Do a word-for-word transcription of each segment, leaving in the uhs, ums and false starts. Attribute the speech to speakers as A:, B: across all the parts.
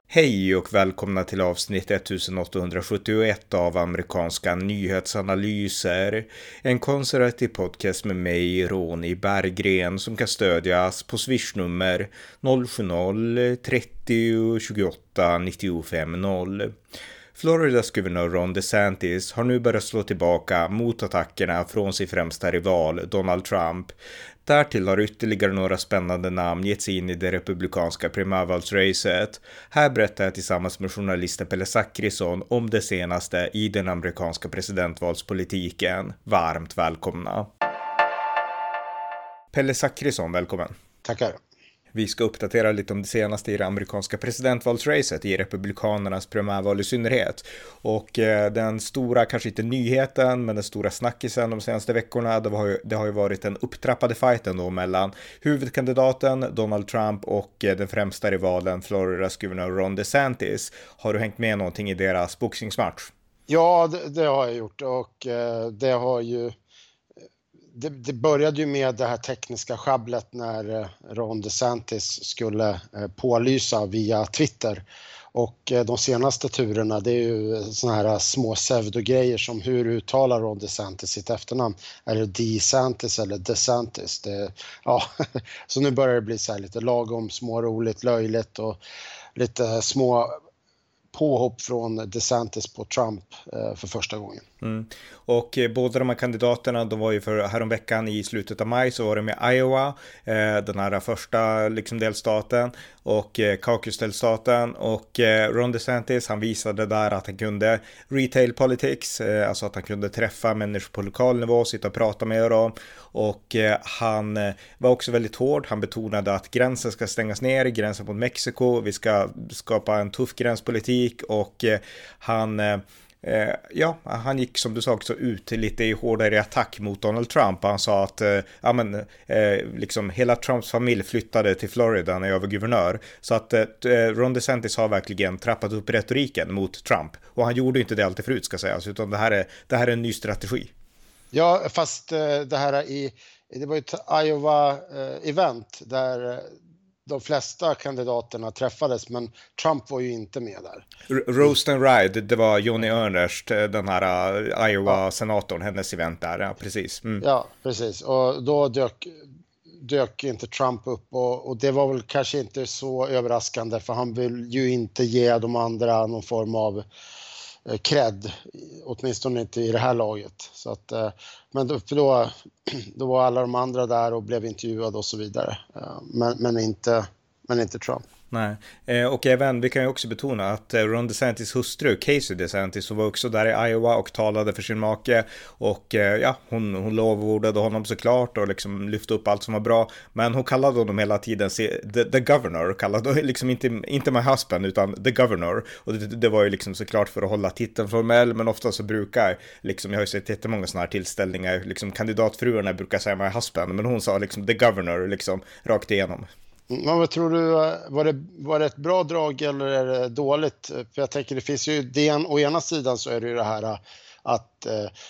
A: Hej och välkomna till avsnitt ettusentåttahundrasjuttioett av amerikanska nyhetsanalyser. En konservativ podcast med mig, Ronny Berggren, som kan stödjas på swishnummer noll sju noll trettio tjugoåtta nittiofem noll. Floridas guvernör Ron DeSantis har nu börjat slå tillbaka mot attackerna från sin främsta rival Donald Trump. Därtill har ytterligare några spännande namn getts in i det republikanska primärvalsracet. Här berättar jag tillsammans med journalisten Pelle Zackrisson om det senaste i den amerikanska presidentvalspolitiken. Varmt välkomna! Pelle Zackrisson, välkommen!
B: Tackar!
A: Vi ska uppdatera lite om det senaste i det amerikanska presidentvalsracet, i republikanernas primärval i synnerhet. Och eh, den stora, kanske inte nyheten, men den stora snackisen de senaste veckorna, det har ju, det har ju varit den upptrappade fighten då mellan huvudkandidaten Donald Trump och eh, den främsta rivalen Floridas guvernör Ron DeSantis. Har du hängt med någonting i deras boxningsmatch?
B: Ja, det, det har jag gjort och eh, det har ju Det, det började ju med det här tekniska schabblet när eh, Ron DeSantis skulle eh, pålysa via Twitter. Och eh, de senaste turerna, det är ju såna här små pseudogrejer som hur uttalar Ron DeSantis sitt efternamn. Är det DeSantis eller DeSantis? Det, ja. Så nu börjar det bli så här lite lagom, småroligt, löjligt och lite små påhopp från DeSantis på Trump eh, för första gången.
A: Mm. Och eh, båda de här kandidaterna, de var ju för häromveckan i slutet av maj, så var det med Iowa, eh, den här första liksom delstaten, och eh, caucus-delstaten, och eh, Ron DeSantis, han visade där att han kunde retail politics, eh, alltså att han kunde träffa människor på lokal nivå, sitta och prata med dem, och eh, han eh, var också väldigt hård. Han betonade att gränsen ska stängas ner, gränsen mot Mexiko, vi ska skapa en tuff gränspolitik, och eh, han eh, Eh, ja, han gick som du sa också ut lite i hårdare attack mot Donald Trump. Han sa att eh, ja, men, eh, liksom hela Trumps familj flyttade till Florida när jag var guvernör. Så att eh, Ron DeSantis har verkligen trappat upp retoriken mot Trump. Och han gjorde inte det alltid förut, ska sägas, utan det här är, det här är en ny strategi.
B: Ja, fast eh, det här i, det var ju ett Iowa-event där eh, de flesta kandidaterna träffades, men Trump var ju inte med där.
A: R- Roast and Ride, det var Johnny Ernst, den här uh, Iowa-senatorn, hennes event där, ja, precis. Mm.
B: Ja, precis. Och då dök, dök inte Trump upp, och, och det var väl kanske inte så överraskande, för han vill ju inte ge de andra någon form av eh, cred, åtminstone inte i det här laget. Så att, eh, men då, för då, då var alla de andra där och blev intervjuade och så vidare. Eh, men, men, inte, men inte Trump.
A: Nej, eh, och även, vi kan ju också betona att eh, Ron DeSantis hustru, Casey DeSantis, som var också där i Iowa och talade för sin make, och eh, ja, hon, hon lovordade honom såklart och liksom lyfte upp allt som var bra, men hon kallade honom hela tiden the, the governor, kallade liksom inte, inte my husband utan the governor, och det, det var ju liksom såklart för att hålla titeln formell, men ofta så brukar liksom, jag har ju sett jättemånga sådana här tillställningar, liksom kandidatfruarna brukar säga my husband, men hon sa liksom the governor liksom rakt igenom.
B: Men vad tror du, var det, var det ett bra drag eller är det dåligt? För jag tänker, det finns ju det, å ena sidan så är det ju det här att,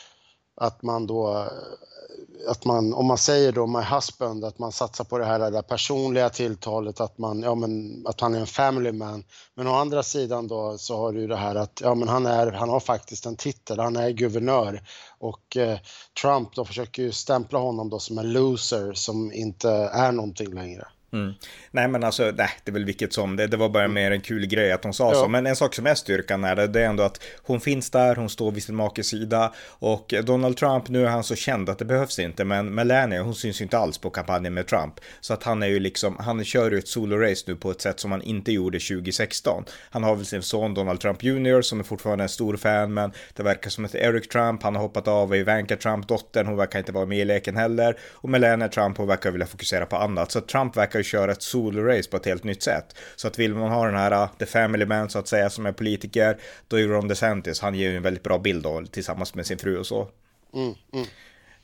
B: att man då, att man, om man säger då my husband, att man satsar på det här, det där personliga tilltalet, att man, ja men, att han är en family man. Men å andra sidan då så har du ju det här att, ja men han är, han har faktiskt en titel, han är guvernör, och eh, Trump då försöker ju stämpla honom då som en loser som inte är någonting längre.
A: Mm. Nej men alltså, nej, det är väl vilket som det, det var bara mer en kul grej att hon sa
B: ja.
A: så, men en sak som är styrkan är det, det är ändå att hon finns där, hon står vid sin makes sida, och Donald Trump, nu är han så känd att det behövs inte, men Melania, hon syns ju inte alls på kampanjen med Trump, så att han är ju liksom, han kör ju ett solo-race nu på ett sätt som han inte gjorde tjugo sexton. Han har väl sin son Donald Trump junior som är fortfarande en stor fan, men det verkar som att Eric Trump, han har hoppat av, Ivanka Trump, dottern, hon verkar inte vara med i leken heller, och Melania Trump, hon verkar vilja fokusera på annat, så Trump verkar köra ett solo-race på ett helt nytt sätt. Så att vill man ha den här uh, the family man så att säga som är politiker, då är Ron DeSantis, han ger ju en väldigt bra bild då, tillsammans med sin fru och så.
B: Mm, mm.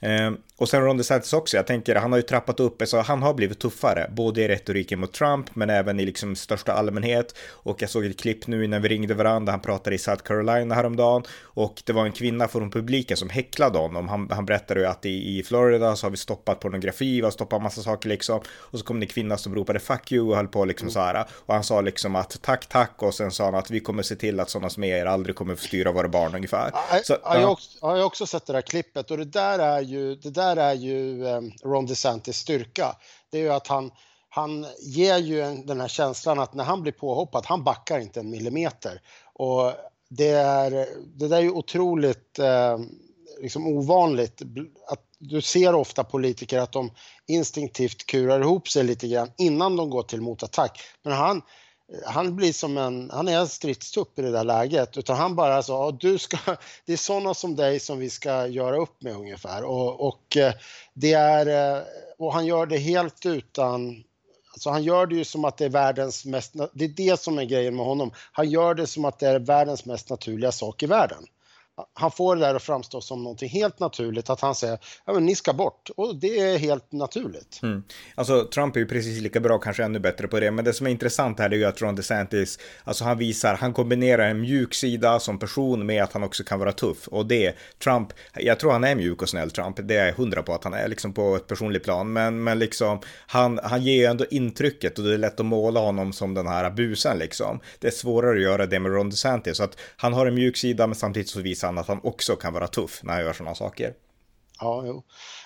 A: Eh, och sen Ron DeSantis också, jag tänker han har ju trappat upp, alltså, han har blivit tuffare, både i retoriken mot Trump men även i liksom största allmänhet. Och jag såg ett klipp nu innan vi ringde varandra, han pratade i South Carolina häromdagen och det var en kvinna från publiken som häcklade honom. Han, han berättade ju att i, i Florida så har vi stoppat pornografi, vi har stoppat massa saker liksom. Och så kom det en kvinna som ropade fuck you och höll på liksom mm. så här. Och han sa liksom att tack tack och sen sa han att vi kommer se till att sådana som er aldrig kommer att styra våra barn ungefär.
B: Så, ja, ja. Jag, har också, jag har också sett det där klippet och det där är ju, det där är ju um, Ron DeSantis styrka. Det är ju att han, han ger ju en, den här känslan att när han blir påhoppad, han backar inte en millimeter. Och det, är, det där är ju otroligt eh, liksom ovanligt. Att du ser ofta politiker att de instinktivt kurar ihop sig lite grann innan de går till motattack. Men han, han blir som en, han är en stridstupp i det där läget. Utan han bara sa, du ska, det är sådana som dig som vi ska göra upp med ungefär. Och, och, det är, och han gör det helt utan... Alltså han gör det ju som att det är världens mest, det är det som är grejen med honom. Han gör det som att det är världens mest naturliga sak i världen. Han får det där att framstå som någonting helt naturligt, att han säger, ja men ni ska bort, och det är helt naturligt.
A: Mm. Alltså Trump är ju precis lika bra, kanske ännu bättre på det, men det som är intressant här är ju att Ron DeSantis, alltså han visar, han kombinerar en mjuk sida som person med att han också kan vara tuff, och det, Trump, jag tror han är mjuk och snäll Trump, det är jag hundra på att han är liksom på ett personligt plan, men, men liksom, han, han ger ju ändå intrycket, och det är lätt att måla honom som den här busen liksom, det är svårare att göra det med Ron DeSantis, så att han har en mjuk sida, men samtidigt så visar att han också kan vara tuff när han gör sådana saker.
B: Ja, jo.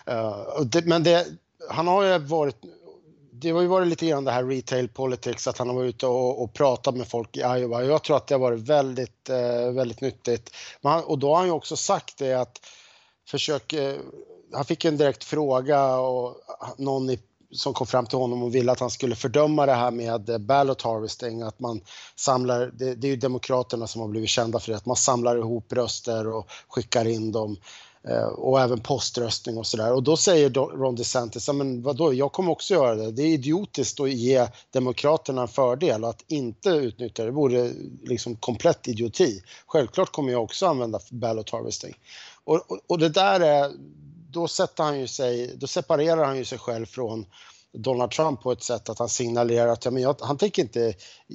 B: Uh, det, men det, han har ju varit, det har ju varit lite grann det här retail politics, att han har varit ute och, och pratat med folk i Iowa. Jag tror att det har varit väldigt, uh, väldigt nyttigt. Men han, och då har han ju också sagt det att försök, uh, han fick en direkt fråga och någon i som kom fram till honom och ville att han skulle fördöma det här med ballot harvesting, att man samlar, det, det är ju demokraterna som har blivit kända för det, att man samlar ihop röster och skickar in dem, eh, och även poströstning och sådär. Och då säger Ron DeSantis, men vadå, jag kommer också göra det. Det är idiotiskt att ge demokraterna en fördel, och att inte utnyttja det vore liksom komplett idioti. Självklart kommer jag också använda ballot harvesting. Och, och, och det där är, då sätter han ju sig, då separerar han ju sig själv från Donald Trump på ett sätt att han signalerar att ja, men jag, han tänker inte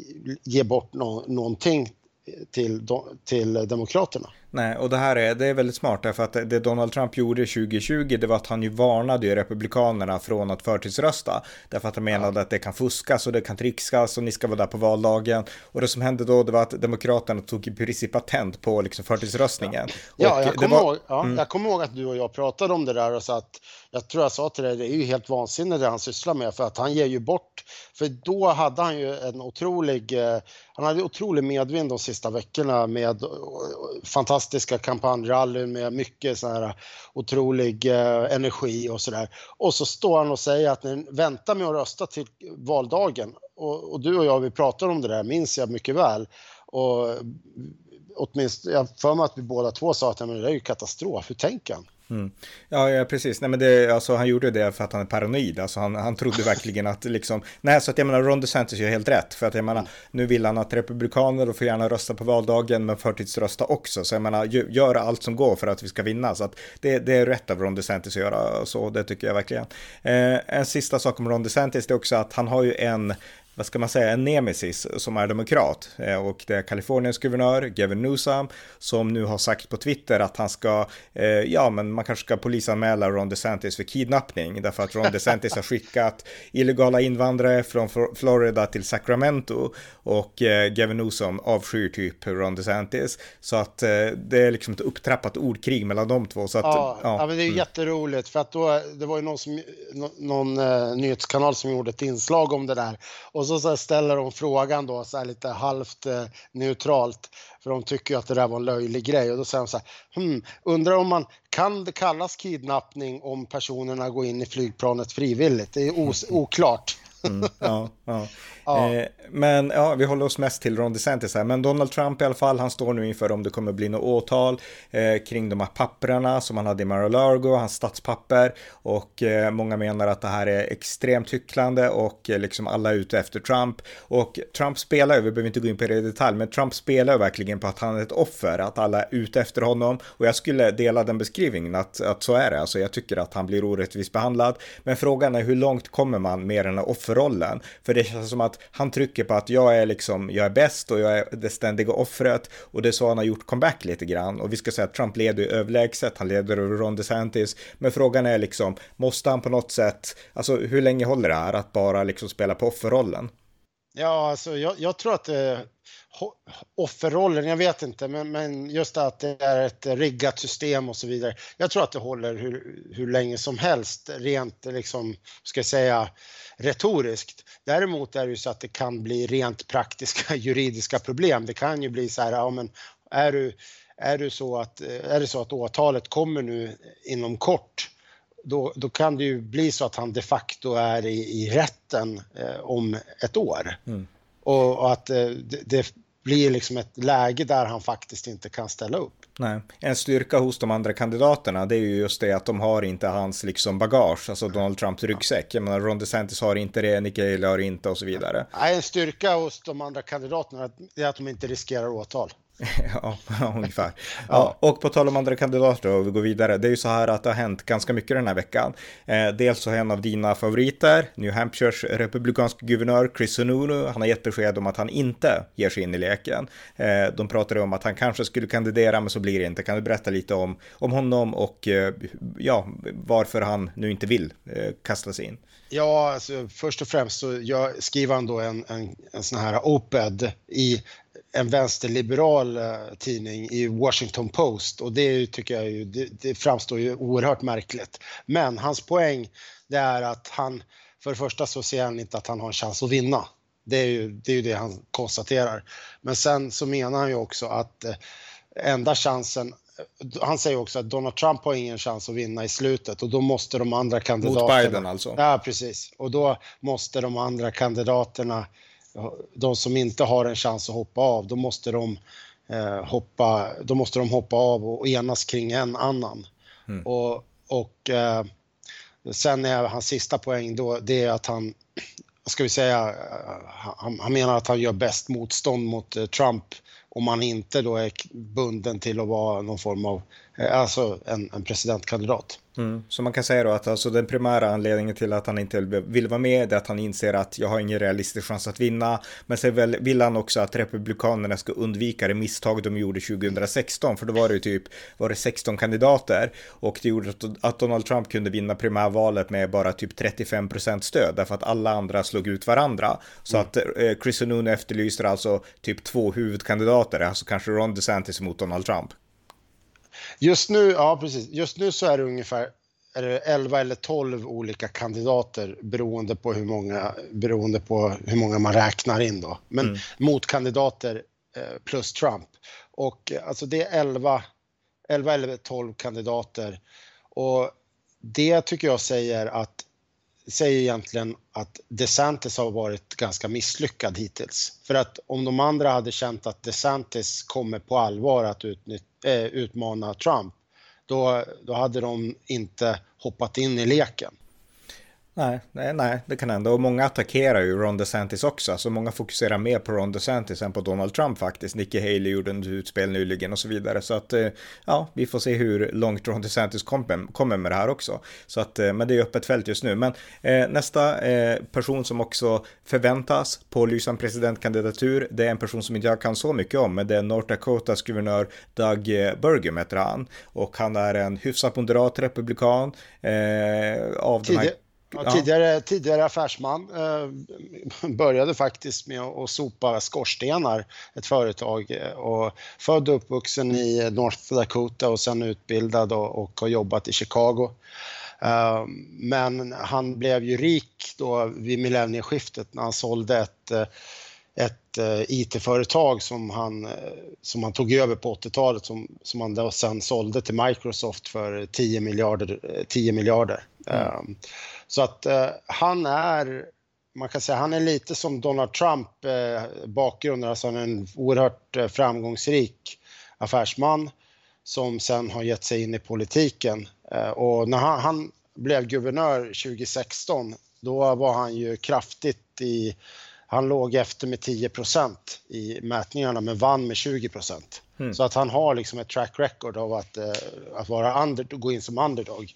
B: ge bort no, någonting till, till demokraterna.
A: Nej, och det här är, det är väldigt smart, därför att det Donald Trump gjorde tjugo tjugo, det var att han ju varnade ju republikanerna från att förtidsrösta, därför att han menade ja. att det kan fuskas och det kan trixkas och ni ska vara där på valdagen, och det som hände då, det var att demokraterna tog i princip patent på liksom förtidsröstningen.
B: Ja, ja
A: och
B: jag, kommer
A: var...
B: ihåg, ja mm. jag kommer ihåg att du och jag pratade om det där och så att jag tror jag sa till dig, det är ju helt vansinnigt det han sysslar med, för att han ger ju bort, för då hade han ju en otrolig, han hade otrolig medvind de sista veckorna med fantastiska kampanjrallyn med mycket så här otrolig eh, energi och sådär. Och så står han och säger att ni väntar med att rösta till valdagen. Och, och du och jag, vi pratar om det där, minns jag mycket väl. Och åtminstone, jag för mig att vi båda två sa att men det är ju katastrof, hur tänker han?
A: Mm. Ja, ja, precis. Nej, men det, alltså, han gjorde det för att han är paranoid. Alltså, han, han trodde verkligen att liksom... Nej, så att jag menar, Ron DeSantis gör helt rätt. För att jag menar, mm. nu vill han att republikaner får gärna rösta på valdagen, men förtidsrösta också. Så jag menar, gör allt som går för att vi ska vinna. Så att det, det är rätt av Ron DeSantis att göra så, det tycker jag verkligen. Eh, en sista sak om Ron DeSantis, det är också att han har ju en... vad ska man säga, en nemesis som är demokrat, och det är Kaliforniens guvernör Gavin Newsom som nu har sagt på Twitter att han ska, eh, ja men man kanske ska polisanmäla Ron DeSantis för kidnappning, därför att Ron DeSantis har skickat illegala invandrare från Florida till Sacramento, och eh, Gavin Newsom avskyr typ Ron DeSantis, så att eh, det är liksom ett upptrappat ordkrig mellan de två. Så att,
B: ja,
A: ja,
B: ja men det är mm. jätteroligt, för att då, det var ju någon, som, någon eh, nyhetskanal som gjorde ett inslag om det där, och så, så ställer de frågan då så här lite halvt eh, neutralt, för de tycker ju att det där var en löjlig grej, och då säger de så här, hmm, undrar om man kan det kallas kidnappning om personerna går in i flygplanet frivilligt, det är os- oklart.
A: Mm, ja, ja.
B: Ja.
A: Eh, men ja, vi håller oss mest till Ron DeSantis här. Men Donald Trump i alla fall, han står nu inför om det kommer bli något åtal eh, kring de här papperna som han hade i Mar-a-Lago, hans statspapper. Och eh, många menar att det här är extremt hycklande och eh, liksom alla är ute efter Trump. Och Trump spelar, vi behöver inte gå in på det i detalj, men Trump spelar verkligen på att han är ett offer, att alla är ute efter honom. Och jag skulle dela den beskrivningen att, att så är det. Alltså jag tycker att han blir orättvist behandlad. Men frågan är hur långt kommer man med den här offerrollen? För det känns som att han trycker på att jag är liksom, jag är bäst och jag är det ständiga offret, och det är så han har gjort comeback lite grann. Och vi ska säga att Trump leder överlägset, han leder över Ron DeSantis, men frågan är liksom, måste han på något sätt, alltså hur länge håller det här att bara liksom spela på offerrollen?
B: Ja, alltså jag, jag tror att eh, offerrollen, jag vet inte, men, men just att det är ett riggat system och så vidare. Jag tror att det håller hur, hur länge som helst, rent liksom, ska jag säga, retoriskt. Däremot är det ju så att det kan bli rent praktiska juridiska problem. Det kan ju bli så här, ja men är du, är du så att, är det så att åtalet kommer nu inom kort, Då, då kan det ju bli så att han de facto är i, i rätten eh, om ett år. Mm. Och, och att eh, det, det blir liksom ett läge där han faktiskt inte kan ställa upp.
A: Nej, en styrka hos de andra kandidaterna, det är ju just det att de har inte hans liksom bagage, alltså Donald Trumps ryggsäck. Jag menar, Ron DeSantis har inte det, Nikki Haley har inte och så vidare.
B: Nej, en styrka hos de andra kandidaterna är att de inte riskerar åtal.
A: Ja, ungefär. Ja, och på tal om andra kandidater, och vi går vidare. Det är ju så här att det har hänt ganska mycket den här veckan. Eh, dels så är en av dina favoriter, New Hampshires republikanska guvernör Chris Sununu, han har gett besked om att han inte ger sig in i leken. Eh, de pratade om att han kanske skulle kandidera, men så blir det inte. Kan du berätta lite om, om honom och eh, ja, varför han nu inte vill eh, kasta sig in?
B: Ja, alltså, först och främst så jag skriver han då en, en, en sån här op-ed i en vänsterliberal uh, tidning i Washington Post, och det tycker jag ju, det, det framstår ju oerhört märkligt. Men hans poäng, det är att han, för det första så ser han inte att han har en chans att vinna. Det är ju det, är ju det han konstaterar. Men sen så menar han ju också att uh, enda chansen, han säger också att Donald Trump har ingen chans att vinna i slutet, och då måste de andra kandidaterna...
A: Mot Biden alltså?
B: Ja, precis. Och då måste de andra kandidaterna, de som inte har en chans att hoppa av, då måste de, eh, hoppa, då måste de hoppa av och enas kring en annan. Mm. Och, och eh, sen är hans sista poäng då, det är att han, ska vi säga, han, han menar att han gör bäst motstånd mot eh, Trump om man inte då är bunden till att vara någon form av, alltså en, en presidentkandidat.
A: Mm. Så man kan säga då att alltså den primära anledningen till att han inte vill vara med är att han inser att jag har ingen realistisk chans att vinna. Men sen väl vill han också att republikanerna ska undvika det misstag de gjorde tjugohundrasexton. För då var det ju typ var det sexton kandidater, och det gjorde att Donald Trump kunde vinna primärvalet med bara typ trettiofem procent stöd, därför att alla andra slog ut varandra. Så mm. att eh, Chris Sununu efterlyser alltså typ två huvudkandidater, alltså kanske Ron DeSantis mot Donald Trump.
B: Just nu, ja precis. Just nu så är det ungefär är det elva eller tolv olika kandidater beroende på hur många beroende på hur många man räknar in då. Men mm. motkandidater eh, plus Trump. Och alltså det är elva elva eller tolv kandidater, och det tycker jag säger att säger egentligen att DeSantis har varit ganska misslyckad hittills. För att om de andra hade känt att DeSantis kommer på allvar att utnyttja utmana Trump, då, då hade de inte hoppat in i leken.
A: Nej, nej, nej, det kan hända. Och många attackerar ju Ron DeSantis också. Så många fokuserar mer på Ron DeSantis än på Donald Trump faktiskt. Nikki Haley gjorde en utspel nyligen och så vidare. Så att, ja, vi får se hur långt Ron DeSantis kommer med det här också. Så att, men det är öppet fält just nu. Men eh, nästa eh, person som också förväntas på lysan presidentkandidatur, det är en person som inte jag kan så mycket om, men det är North Dakotas guvernör Doug Burgum heter han. Och han är en hyfsat moderat republikan eh, av den här...
B: Ja, tidigare, tidigare affärsman eh, började faktiskt med att sopa skorstenar, ett företag, och född och uppvuxen i North Dakota och sen utbildad och, och har jobbat i Chicago. Eh, men han blev ju rik då vid millennieskiftet när han sålde ett, ett I T-företag som han, som han tog över på åttiotalet, som, som han då sen sålde till Microsoft för tio miljarder. Mm. Så att uh, han är man kan säga han är lite som Donald Trump eh, bakgrunden, alltså han är en oerhört eh, framgångsrik affärsman som sen har gett sig in i politiken. Eh, och när han, han blev guvernör tjugo sexton, då var han ju kraftigt i, han låg efter med tio procent i mätningarna men vann med tjugo procent. Mm. Så att han har liksom ett track record av att, eh, att vara under, gå in som underdog.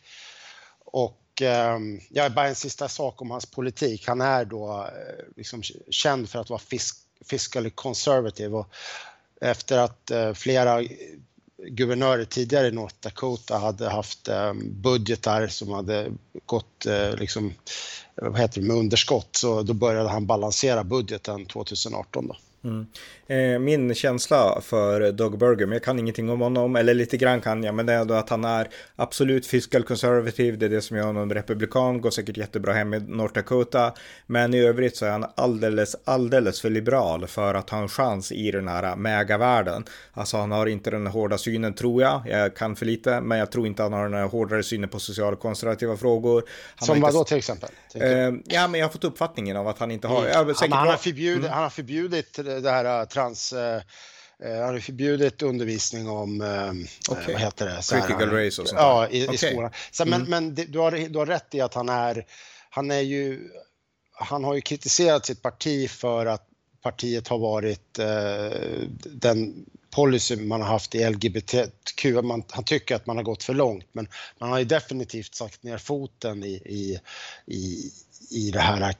B: Och eh, ja, bara en sista sak om hans politik. Han är då eh, liksom känd för att vara fisk, fiscally conservative, och efter att eh, flera guvernörer tidigare i North Dakota hade haft eh, budgetar som hade gått eh, liksom, vad heter det, med underskott, så då började han balansera budgeten tjugo arton då.
A: Mm. Eh, min känsla för Doug Burgum, jag kan ingenting om honom, eller lite grann kan jag, men det är då att han är absolut fiscal conservative, det är det som gör honom republikan, går säkert jättebra hem i North Dakota, men i övrigt så är han alldeles, alldeles för liberal för att ha en chans i den här megavärlden. Alltså han har inte den hårda synen, tror jag, jag kan för lite, men jag tror inte han har den här hårdare synen på socialkonservativa frågor. Han
B: som vad
A: inte...
B: då till exempel?
A: Eh, ja, men jag har fått uppfattningen av att han inte har...
B: Mm.
A: Ja, säkert
B: han, har
A: var...
B: förbjudit,
A: mm.
B: han har förbjudit det här trans... Eh, han har förbjudit undervisning om... Eh,
A: okay.
B: Vad heter det?
A: Critical
B: här,
A: race och sånt.
B: Ja, i,
A: okay.
B: i skolan. Så,
A: mm.
B: Men, men det, du, har, du har rätt i att han är... Han är ju... Han har ju kritiserat sitt parti för att partiet har varit eh, den policy man har haft i L G B T Q. Man, han tycker att man har gått för långt, men man har ju definitivt sagt ner foten i, i, i, i det här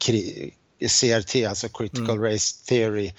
B: C R T, alltså Critical mm. Race Theory.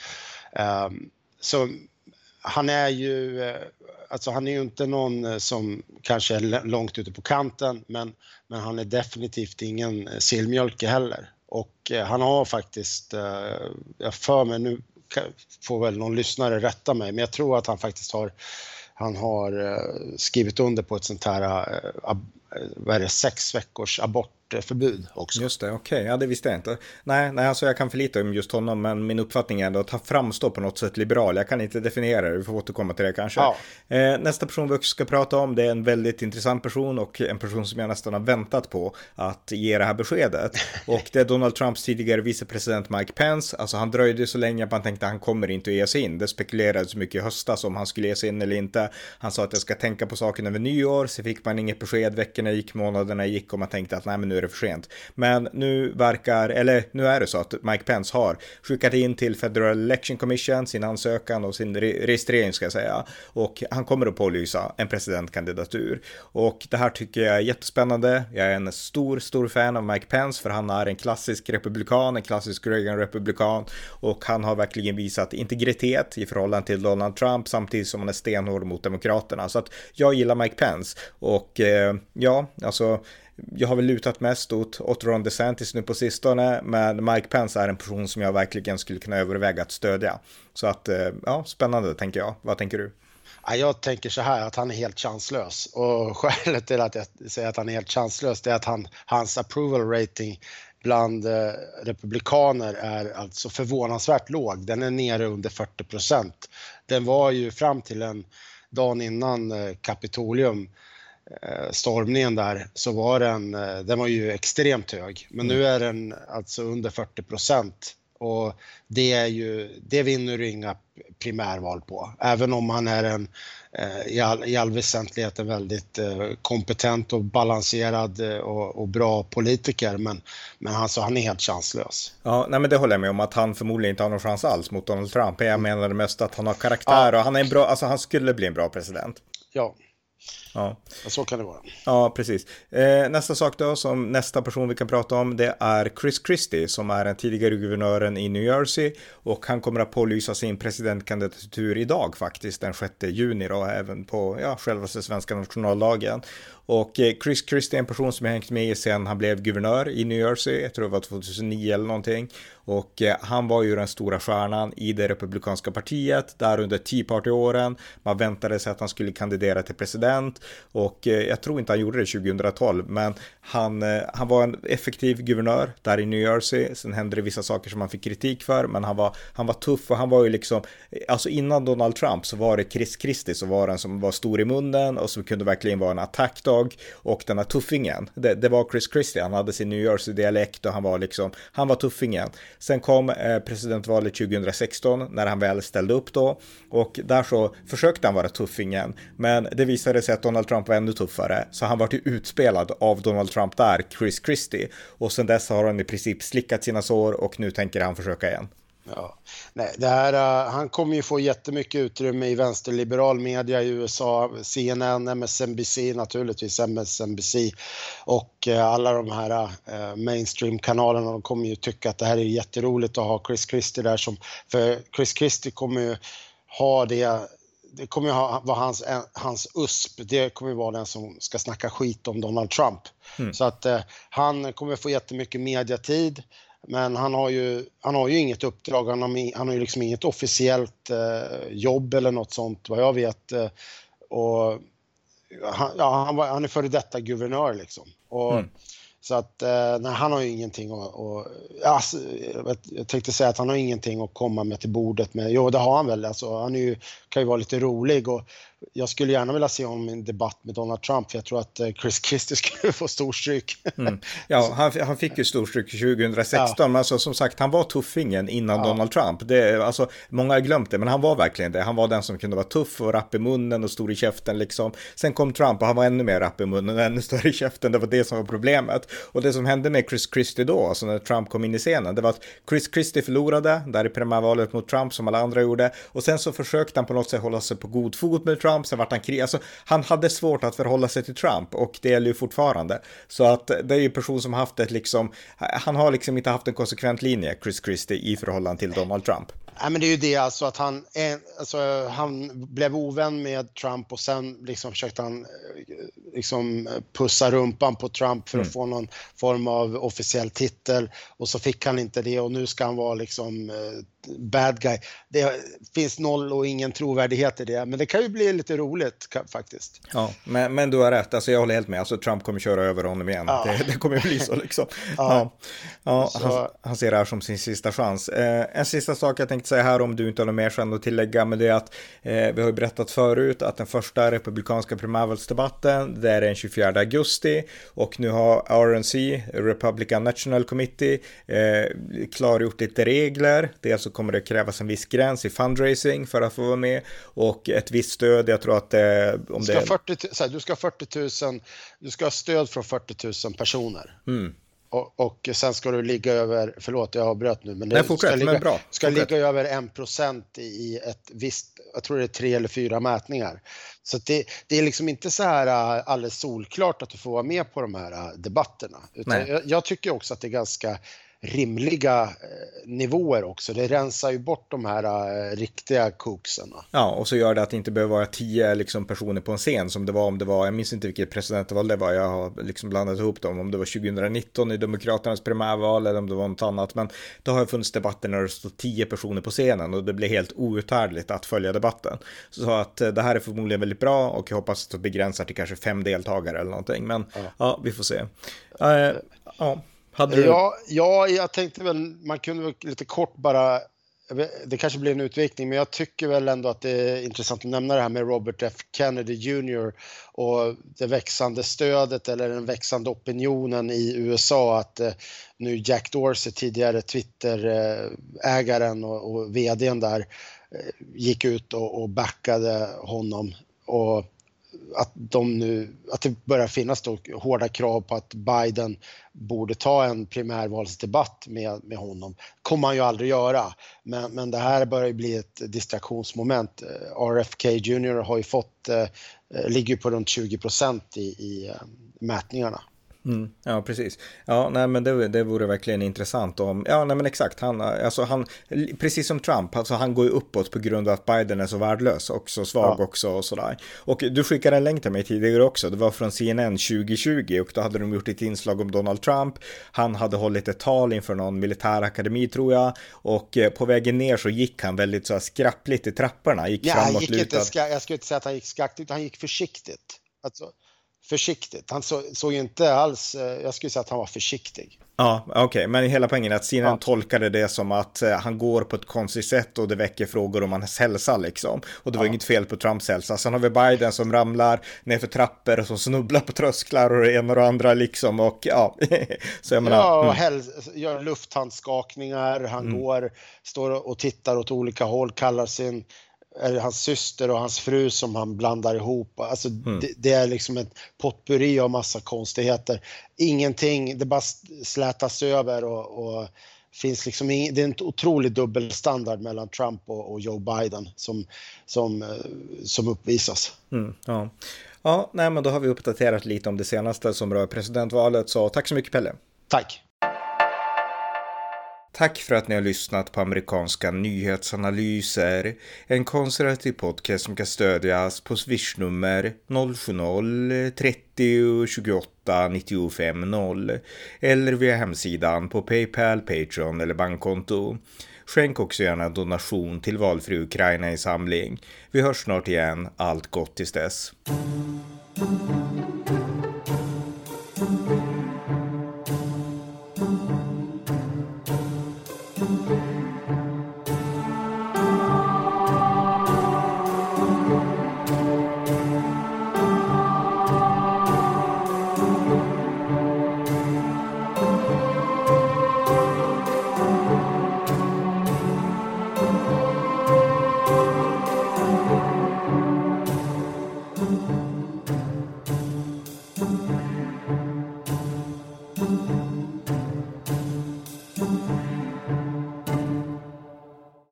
B: Um, så han är ju, alltså han är ju inte någon som kanske är långt ute på kanten, men, men han är definitivt ingen sillmjölke heller. Och eh, han har faktiskt, eh, jag för mig, nu får väl någon lyssnare rätta mig, men jag tror att han faktiskt har, han har eh, skrivit under på ett sånt här, eh, ab, vad är det, sex veckors abortförbud också.
A: Just det, okej, okay. Ja, det visste jag inte. Nej, nej, alltså jag kan förlita om just honom, men min uppfattning är ändå att han framstår på något sätt liberal. Jag kan inte definiera det, vi får återkomma till det kanske.
B: Ja.
A: Eh, nästa person vi också ska prata om, det är en väldigt intressant person och en person som jag nästan har väntat på att ge det här beskedet. Och det är Donald Trumps tidigare vicepresident Mike Pence. Alltså han dröjde så länge att man tänkte att han kommer inte att ge sig in. Det spekulerades mycket i höstas om han skulle ge sig in eller inte. Han sa att jag ska tänka på saken över nyår, så fick man inget besked, veckorna gick, månaderna gick och man tänkte att nej, men nu är det för sent. Men nu verkar, eller nu är det så att Mike Pence har skickat in till Federal Election Commission sin ansökan och sin re- registrering ska jag säga, och han kommer att pålysa en presidentkandidatur. Och det här tycker jag är jättespännande. Jag är en stor, stor fan av Mike Pence, för han är en klassisk republikan, en klassisk Reagan-republikan, och han har verkligen visat integritet i förhållande till Donald Trump samtidigt som han är stenhård mot demokraterna. Så att jag gillar Mike Pence, och eh, ja, alltså jag har väl lutat mest åt, åt Ron DeSantis nu på sistone, men Mike Pence är en person som jag verkligen skulle kunna överväga att stödja. Så att, ja, spännande tänker jag. Vad tänker du?
B: Ja, jag tänker så här, att han är helt chanslös. Och skälet till att jag säger att han är helt chanslös, det är att han, hans approval rating bland eh, republikaner är alltså förvånansvärt låg. Den är nere under fyrtio procent. Den var ju fram till en dag innan eh, Kapitolium stormningen där, så var den, den var ju extremt hög, men mm. nu är den alltså under fyrtio procent, och det är ju, det vinner du inga primärval på, även om han är en i all, i all väsentlighet en väldigt kompetent och balanserad och, och bra politiker, men, men alltså, han är helt chanslös.
A: Ja, nej, men det håller jag med om, att han förmodligen inte har någon chans alls mot Donald Trump. Jag menar mest att han har karaktär, ja. Och han är en bra, alltså han skulle bli en bra president.
B: Ja.
A: Ja.
B: Så kan det vara.
A: Ja, precis. Eh, nästa sak då, som nästa person vi kan prata om, det är Chris Christie, som är den tidigare guvernören i New Jersey, och han kommer att pålysa sin presidentkandidatur idag faktiskt, den sjätte juni då, även på ja, självaste svenska nationaldagen. Och Chris Christie är en person som jag hängt med sedan han blev guvernör i New Jersey, jag tror det var tjugohundranio eller någonting. Och han var ju den stora stjärnan i det republikanska partiet där under Tea Party-åren. Man väntade sig att han skulle kandidera till president, och jag tror inte han gjorde det tjugohundratolv, men han, han var en effektiv guvernör där i New Jersey. Sen hände det vissa saker som han fick kritik för, men han var, han var tuff, och han var ju liksom, alltså innan Donald Trump så var det Chris Christie som var den som var stor i munnen och som kunde verkligen vara en attackdog. drag och den här tuffingen. Det, det var Chris Christie, han hade sin New Jersey-dialekt och han var liksom, han var tuffingen. Sen kom eh, presidentvalet tjugohundrasexton när han väl ställde upp då, och där så försökte han vara tuffingen, men det visade sig att Donald Trump var ännu tuffare, så han var ju utspelad av Donald Trump där, Chris Christie, och sen dess har han i princip slickat sina sår och nu tänker han försöka igen.
B: Ja. Nej, det här, uh, han kommer ju få jättemycket utrymme i vänsterliberal media i U S A, C N N, M S N B C, naturligtvis M S N B C och uh, alla de här uh, mainstream-kanalerna, de kommer ju tycka att det här är jätteroligt att ha Chris Christie där, som, för Chris Christie kommer ju ha det, det kommer ju ha, vara hans, hans U S P, det kommer ju vara den som ska snacka skit om Donald Trump. Mm. Så att uh, han kommer få jättemycket mediatid. Men han har ju, han har ju inget uppdrag, han har, han har ju liksom inget officiellt eh, jobb eller något sånt vad jag vet. Eh, och han, ja, han, var, han är före detta guvernör liksom. Och, mm. Så att eh, nej, han har ju ingenting att, och, alltså, jag, jag tänkte säga att han har ingenting att komma med till bordet med. Jo, det har han väl. Alltså, han är ju, kan ju vara lite rolig och jag skulle gärna vilja se honom i en debatt med Donald Trump, för jag tror att Chris Christie skulle få storstryk. Mm.
A: Ja, han, han fick ju storstryk tjugohundrasexton, ja. Men alltså, som sagt, han var tuffingen innan ja. Donald Trump. Det, alltså, många har glömt det, men han var verkligen det. Han var den som kunde vara tuff och rapp i munnen och stor i käften liksom. Sen kom Trump och han var ännu mer rapp i munnen och ännu större i käften. Det var det som var problemet. Och det som hände med Chris Christie då, alltså när Trump kom in i scenen, det var att Chris Christie förlorade där i primärvalet mot Trump som alla andra gjorde, och sen så försökte han på något sätt hålla sig på god fot med Trump. Sen vart han krig. Alltså, han hade svårt att förhålla sig till Trump, och det gäller ju fortfarande. Så att det är ju en person som haft ett liksom, han har liksom inte haft en konsekvent linje, Chris Christie, i förhållande till Donald Trump.
B: Nej, men det är ju det alltså att han, alltså, han blev ovän med Trump och sen liksom försökte han liksom pussa rumpan på Trump för att mm. få någon form av officiell titel, och så fick han inte det och nu ska han vara liksom bad guy. Det finns noll och ingen trovärdighet i det, men det kan ju bli lite roligt faktiskt.
A: Ja, men, men du har rätt, alltså jag håller helt med, alltså Trump kommer köra över honom igen. Ja. Det, det kommer bli så liksom. Ja. Ja. Ja, han, han ser det här som sin sista chans. Eh, en sista sak jag tänkte säga här, om du inte har något mer sen att tillägga, men det är att eh, vi har ju berättat förut att den första republikanska primärvalsdebatten, det är den tjugofjärde augusti, och nu har R N C, Republican National Committee, eh, klargjort lite regler. Dels så kommer det krävas en viss gräns i fundraising för att få vara med, och ett visst stöd. Jag tror att eh, om
B: du ska
A: det
B: är... fyrtio, så här, du ska ha fyrtio tusen, du ska ha stöd från fyrtio tusen personer. Mm. Och, och sen ska du ligga över, förlåt jag avbröt nu, men det
A: Nej,
B: ska, ligga,
A: men bra.
B: ska ligga över en procent i ett visst, jag tror det är tre eller fyra mätningar. Så det, det är liksom inte så här alldeles solklart att du får vara med på de här debatterna. Utan jag, jag tycker också att det är ganska rimliga eh, nivåer också. Det rensar ju bort de här eh, riktiga kooksen.
A: Ja, och så gör det att det inte behöver vara tio liksom, personer på en scen som det var om det var, jag minns inte vilket presidentval det var, jag har liksom blandat ihop dem, om det var tjugohundranitton i Demokraternas primärval eller om det var något annat, men det har ju funnits debatter när det står tio personer på scenen och det blir helt outhärdligt att följa debatten. Så att eh, det här är förmodligen väldigt bra, och jag hoppas att det begränsar till kanske fem deltagare eller någonting, men ja, ja vi får se. Uh, ja.
B: Du... Ja, ja, jag tänkte väl, man kunde väl lite kort bara, det kanske blir en utvikning, men jag tycker väl ändå att det är intressant att nämna det här med Robert F. Kennedy junior och det växande stödet eller den växande opinionen i U S A, att eh, nu Jack Dorsey, tidigare Twitter-ägaren och, och vdn där, eh, gick ut och, och backade honom, och att de nu, att det börjar finnas då hårda krav på att Biden borde ta en primärvalsdebatt med, med honom. Kommer han ju aldrig göra, men, men det här börjar ju bli ett distraktionsmoment. R F K junior har ju fått, eh, ligger på runt tjugo procent i, i eh, mätningarna.
A: Mm, ja, precis. Ja, nej, men det, det vore verkligen intressant om, ja, nej, men exakt, han, alltså han, precis som Trump, alltså han går ju uppåt på grund av att Biden är så värdelös och så svag ja. också och sådär. Och du skickade en länk till mig tidigare också, det var från C N N tjugo tjugo, och då hade de gjort ett inslag om Donald Trump. Han hade hållit ett tal inför någon militärakademi, tror jag, och på vägen ner så gick han väldigt så här skrappligt i trapporna, gick
B: ja,
A: framåt
B: han gick
A: lutad.
B: Inte ska, jag skulle inte säga att han gick skrappligt, han gick försiktigt. Alltså försiktigt. Han så, såg ju inte alls, jag skulle säga att han var försiktig.
A: Ja, okej. Okay. Men hela poängen är att C N N
B: ja.
A: tolkade det som att eh, han går på ett konstigt sätt och det väcker frågor om hans hälsa liksom. Och det var ja. inget fel på Trumps hälsa. Sen har vi Biden som ramlar ner för trappor och som snubblar på trösklar och det ena och det andra liksom. Och ja, så jag menar...
B: Ja, och
A: mm.
B: gör lufthandskakningar. Han mm. går, står och tittar åt olika håll, kallar sin... Är hans syster och hans fru som han blandar ihop. Alltså mm. det, det är liksom ett potpurri av massa konstigheter. Ingenting, det bara slätas över och, och finns liksom ing, det är en otrolig dubbelstandard mellan Trump och, och Joe Biden som, som, som uppvisas.
A: Mm, ja. ja, nej men då har vi uppdaterat lite om det senaste som rör presidentvalet, så tack så mycket Pelle.
B: Tack.
A: Tack för att ni har lyssnat på amerikanska nyhetsanalyser, en konservativ podcast som kan stödjas på swishnummer noll sju noll trettio tjugoåtta nittiofem noll eller via hemsidan på PayPal, Patreon eller bankkonto. Skänk också gärna en donation till valfri Ukraina-insamling. Vi hörs snart igen, allt gott tills dess.